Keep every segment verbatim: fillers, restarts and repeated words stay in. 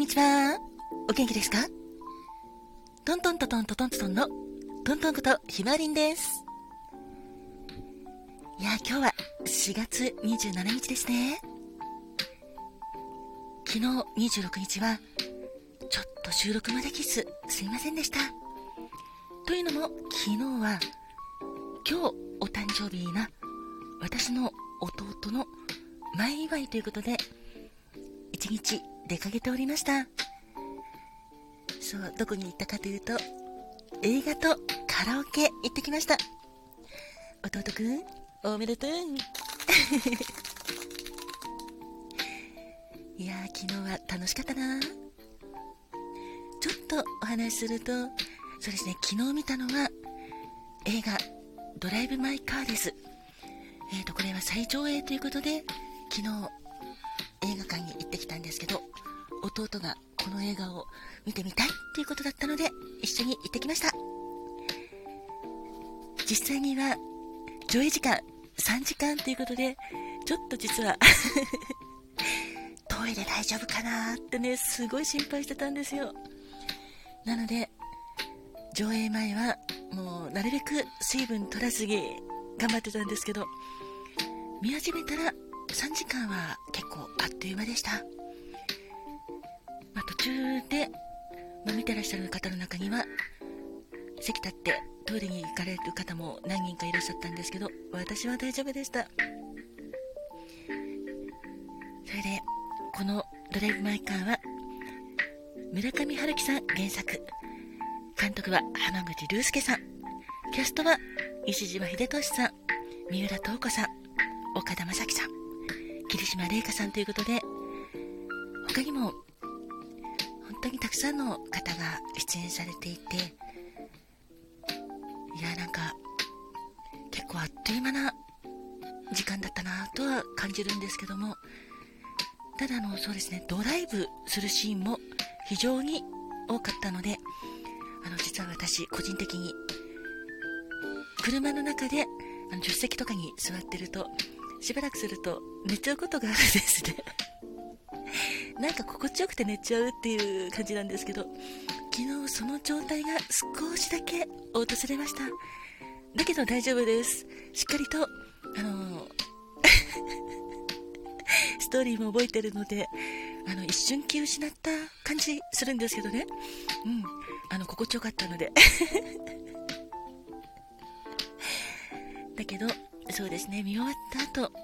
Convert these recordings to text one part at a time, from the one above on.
にちは。お元気ですか？トントントントントントンのトントンことひまわりんです。いや、今日はしがつにじゅうしちにちですね。昨日にじゅうろくにちはちょっと収録まできずすいませんでした。というのも昨日は今日お誕生日な私の弟の前祝いということで一日出かけておりました。そう、どこに行ったかというと映画とカラオケ行ってきました。弟くんおめでとういやー、昨日は楽しかったな。ちょっとお話しすると、そうですね、昨日見たのは映画ドライブ・マイ・カーです。えーとこれは再上映ということで昨日映画館に行ってきたんですけど、弟がこの映画を見てみたいということだったので一緒に行ってきました。実際には上映時間さんじかんということで、ちょっと実はトイレ大丈夫かなってね、すごい心配してたんですよ。なので上映前はもうなるべく水分取らずに頑張ってたんですけど、見始めたらさんじかんは結構あっという間でした。まあ、途中で、まあ、見てらっしゃる方の中には席立ってトイレに行かれる方も何人かいらっしゃったんですけど、私は大丈夫でした。それでこのドライブ・マイ・カーは村上春樹さん原作、監督は濱口竜介さん、キャストは石島秀俊さん、三浦透子さん、岡田将生さん、桐島玲香さんということで、他にも本当にたくさんの方が出演されていて、いや、なんか結構あっという間な時間だったなとは感じるんですけども、ただあのそうですね、ドライブするシーンも非常に多かったので、あの実は私個人的に車の中であの助手席とかに座ってるとしばらくすると寝ちゃうことがあるんですねなんか心地よくて寝ちゃうっていう感じなんですけど、昨日その状態が少しだけ訪れました。だけど大丈夫です。しっかりとあのストーリーも覚えてるので、あの一瞬気失った感じするんですけどね、うん、あの心地よかったのでだけどそうですね、見終わった後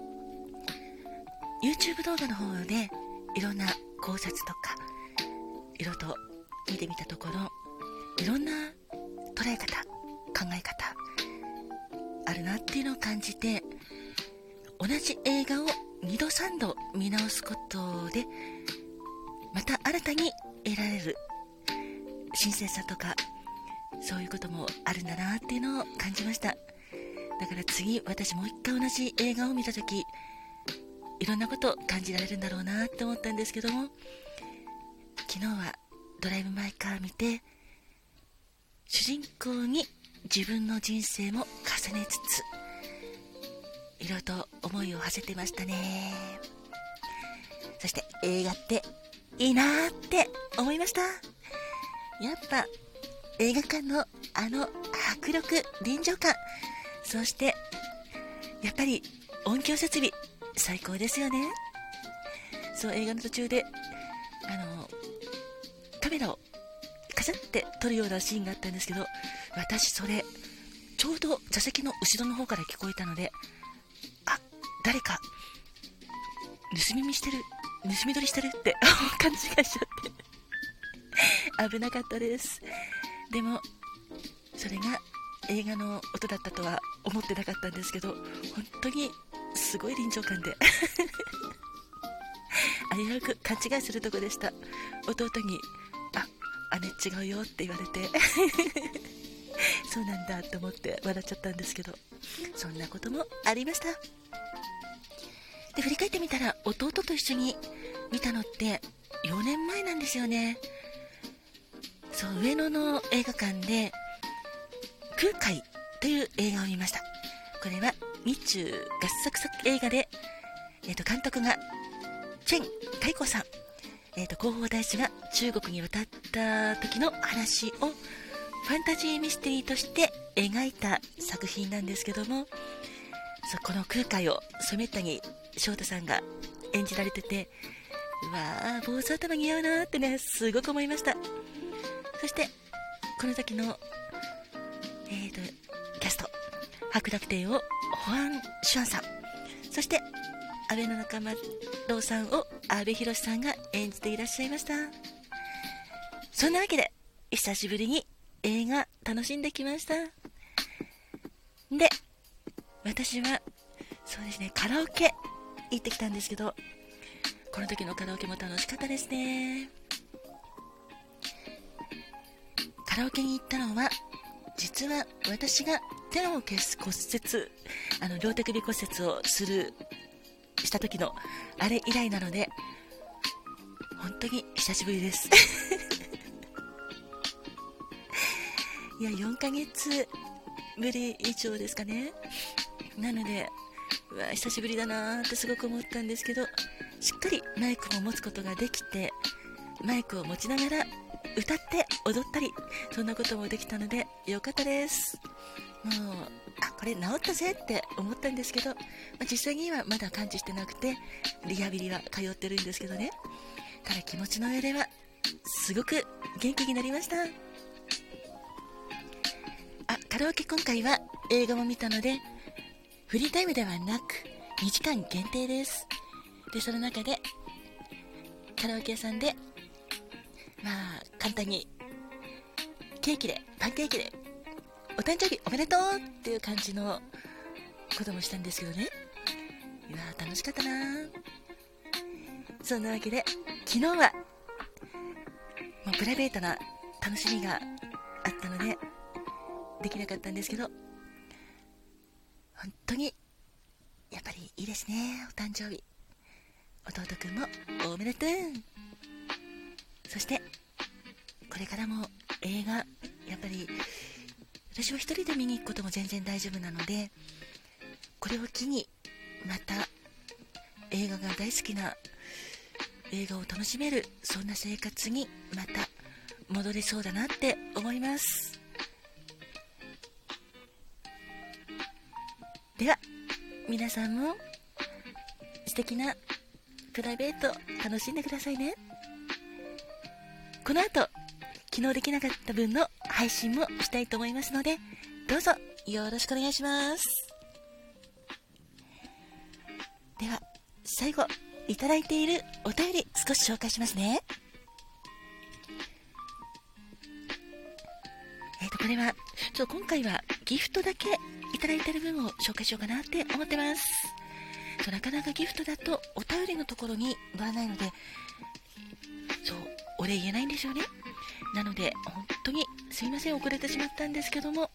YouTube 動画の方でいろんな考察とかいろいろと見てみたところ、いろんな捉え方、考え方あるなっていうのを感じて、同じ映画をにどさんど見直すことでまた新たに得られる新鮮さとか、そういうこともあるんだなっていうのを感じました。だから次私もう一回同じ映画を見たとき、いろんなことを感じられるんだろうなって思ったんですけども、昨日はドライブ・マイ・カー見て、主人公に自分の人生も重ねつついろいろと思いを馳せてましたね。そして映画っていいなーって思いました。やっぱ映画館のあの迫力、臨場感、そしてやっぱり音響設備最高ですよね。そう、映画の途中であのカメラをカシャって撮るようなシーンがあったんですけど、私それちょうど座席の後ろの方から聞こえたので、あ、誰か盗み見してる、盗み撮りしてるって勘違いしちゃって危なかったです。でもそれが映画の音だったとは思ってなかったんですけど、本当にすごい臨場感で危うく勘違いするとこでした。弟にあ、姉違うよって言われてそうなんだと思って笑っちゃったんですけど、そんなこともありました。で振り返ってみたら、弟と一緒に見たのってよねんまえなんですよね。そう、上野の映画館で空海という映画を見ました。これは日中合作作映画で、えー、と監督がチェン・カイコさん、 えーと、広報大使が中国に渡った時の話をファンタジーミステリーとして描いた作品なんですけども、そうこの空海を染谷翔太さんが演じられてて、うわー坊主頭似合うなーってね、すごく思いました。そしてこの時の、えーと、キャスト、白楽天をホアン・シュアンさん、そして安倍の仲間堂さんを阿部寛さんが演じていらっしゃいました。そんなわけで久しぶりに映画楽しんできました。で、私はそうですね、カラオケ行ってきたんですけど、この時のカラオケも楽しかったですね。カラオケに行ったのは、実は私が手を消す骨折、あの両手首骨折をするした時のあれ以来なので、本当に久しぶりですいやよんかげつぶり以上ですかね。なので、うわ久しぶりだなーってすごく思ったんですけど、しっかりマイクも持つことができて、マイクを持ちながら歌って踊ったり、そんなこともできたのでよかったです。もうあこれ治ったぜって思ったんですけど、まあ、実際にはまだ感知してなくてリハビリは通ってるんですけどね。ただ気持ちの上ではすごく元気になりました。あカラオケ今回は映画も見たので、フリータイムではなくにじかん限定です。でその中でカラオケ屋さんでまあ簡単にケーキでパンケーキでお誕生日おめでとうっていう感じのこともしたんですけどね。いや楽しかったな。そんなわけで昨日はもうプライベートな楽しみがあったのでできなかったんですけど、本当にやっぱりいいですね。お誕生日弟くんもおめでとう。そしてこれからも映画やっぱり私は一人で見に行くことも全然大丈夫なので、これを機にまた映画が大好きな映画を楽しめる、そんな生活にまた戻れそうだなって思います。では皆さんも素敵なプライベート楽しんでくださいね。この後昨日できなかった分の配信もしたいと思いますので、どうぞよろしくお願いします。では最後いただいているお便り少し紹介しますね。えーとこれはちょっと今回はギフトだけいただいている分を紹介しようかなって思ってます。そうなかなかギフトだとお便りのところに載らないので、そうお礼言えないんですよね。なので本当にすいません遅れてしまったんですけども、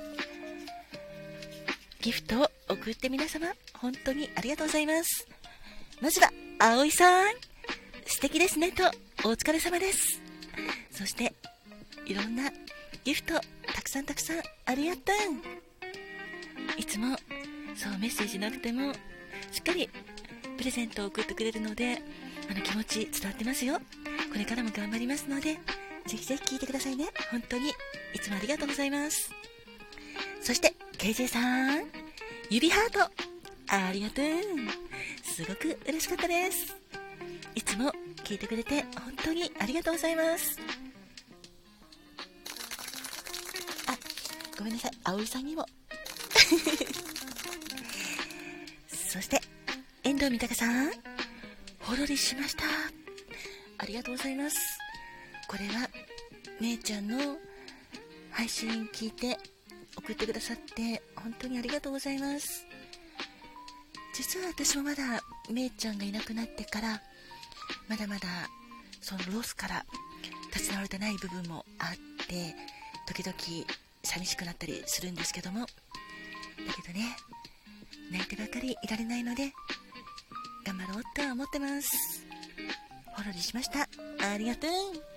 ギフトを送って皆様本当にありがとうございます。まずは葵さん、素敵ですねとお疲れ様です。そしていろんなギフトたくさんたくさんありがとう。いつもそうメッセージなくてもしっかりプレゼントを送ってくれるので、あの気持ち伝わってますよ。これからも頑張りますのでぜひぜひ聞いてくださいね。本当にいつもありがとうございます。そして ケージェー さん、指ハートありがとう。すごく嬉しかったです。いつも聞いてくれて本当にありがとうございます。あ、ごめんなさい、葵さんにもそして遠藤美隆さん、ほろりしました。ありがとうございます。これはめいちゃんの配信聞いて送ってくださって本当にありがとうございます。実は私もまだめいちゃんがいなくなってからまだまだそのロスから立ち直れてない部分もあって、時々寂しくなったりするんですけども、だけどね泣いてばかりいられないので頑張ろうとは思ってます。ほろりしました。ありがとう。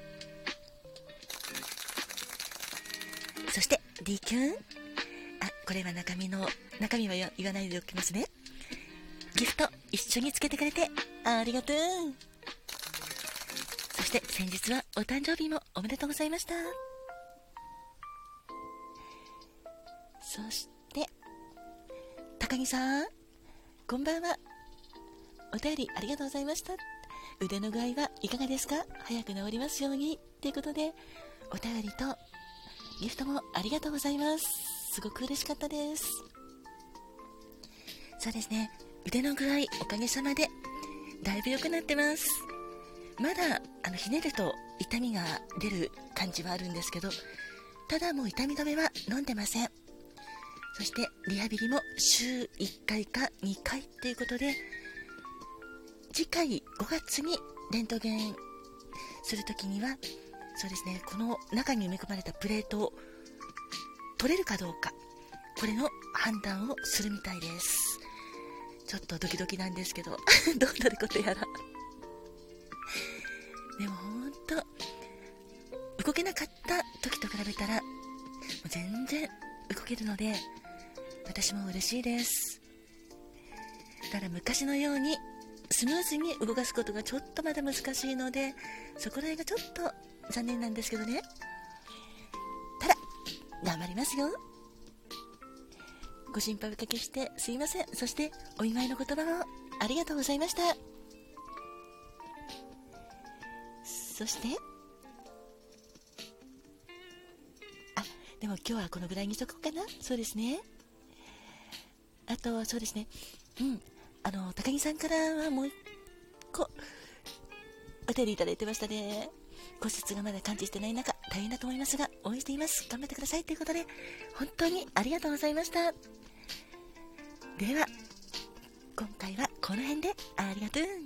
そして D キュン、あ、これは中身の中身は言わないでおきますね。ギフト一緒につけてくれてありがとう。 して先日はお誕生日もおめでとうございました。そして高木さん、こんばんは。お便りありがとうございました。腕の具合はいかがですか？早く治りますようにということで、お便りとギフトもありがとうございます。すごく嬉しかったです。そうですね、腕の具合おかげさまでだいぶ良くなってます。まだあのひねると痛みが出る感じはあるんですけど、ただもう痛み止めは飲んでません。そしてリハビリも週いっかいかにかいということで、次回ごがつにレントゲンするときには、そうですね、この中に埋め込まれたプレートを取れるかどうか、これの判断をするみたいです。ちょっとドキドキなんですけどどうなることやらでも本当動けなかった時と比べたらもう全然動けるので、私も嬉しいです。ただ昔のようにスムーズに動かすことがちょっとまだ難しいので、そこら辺がちょっと残念なんですけどね。ただ頑張りますよ。ご心配おかけしてすいません。そしてお祝いの言葉もありがとうございました。そしてあ、でも今日はこのぐらいにしとこうかな。そうですね。あとそうですね、うんあの高木さんからはもう一個お便りいただいてましたね。骨折がまだ完治してない中大変だと思いますが応援しています、頑張ってくださいということで、本当にありがとうございました。では今回はこの辺でありがとう。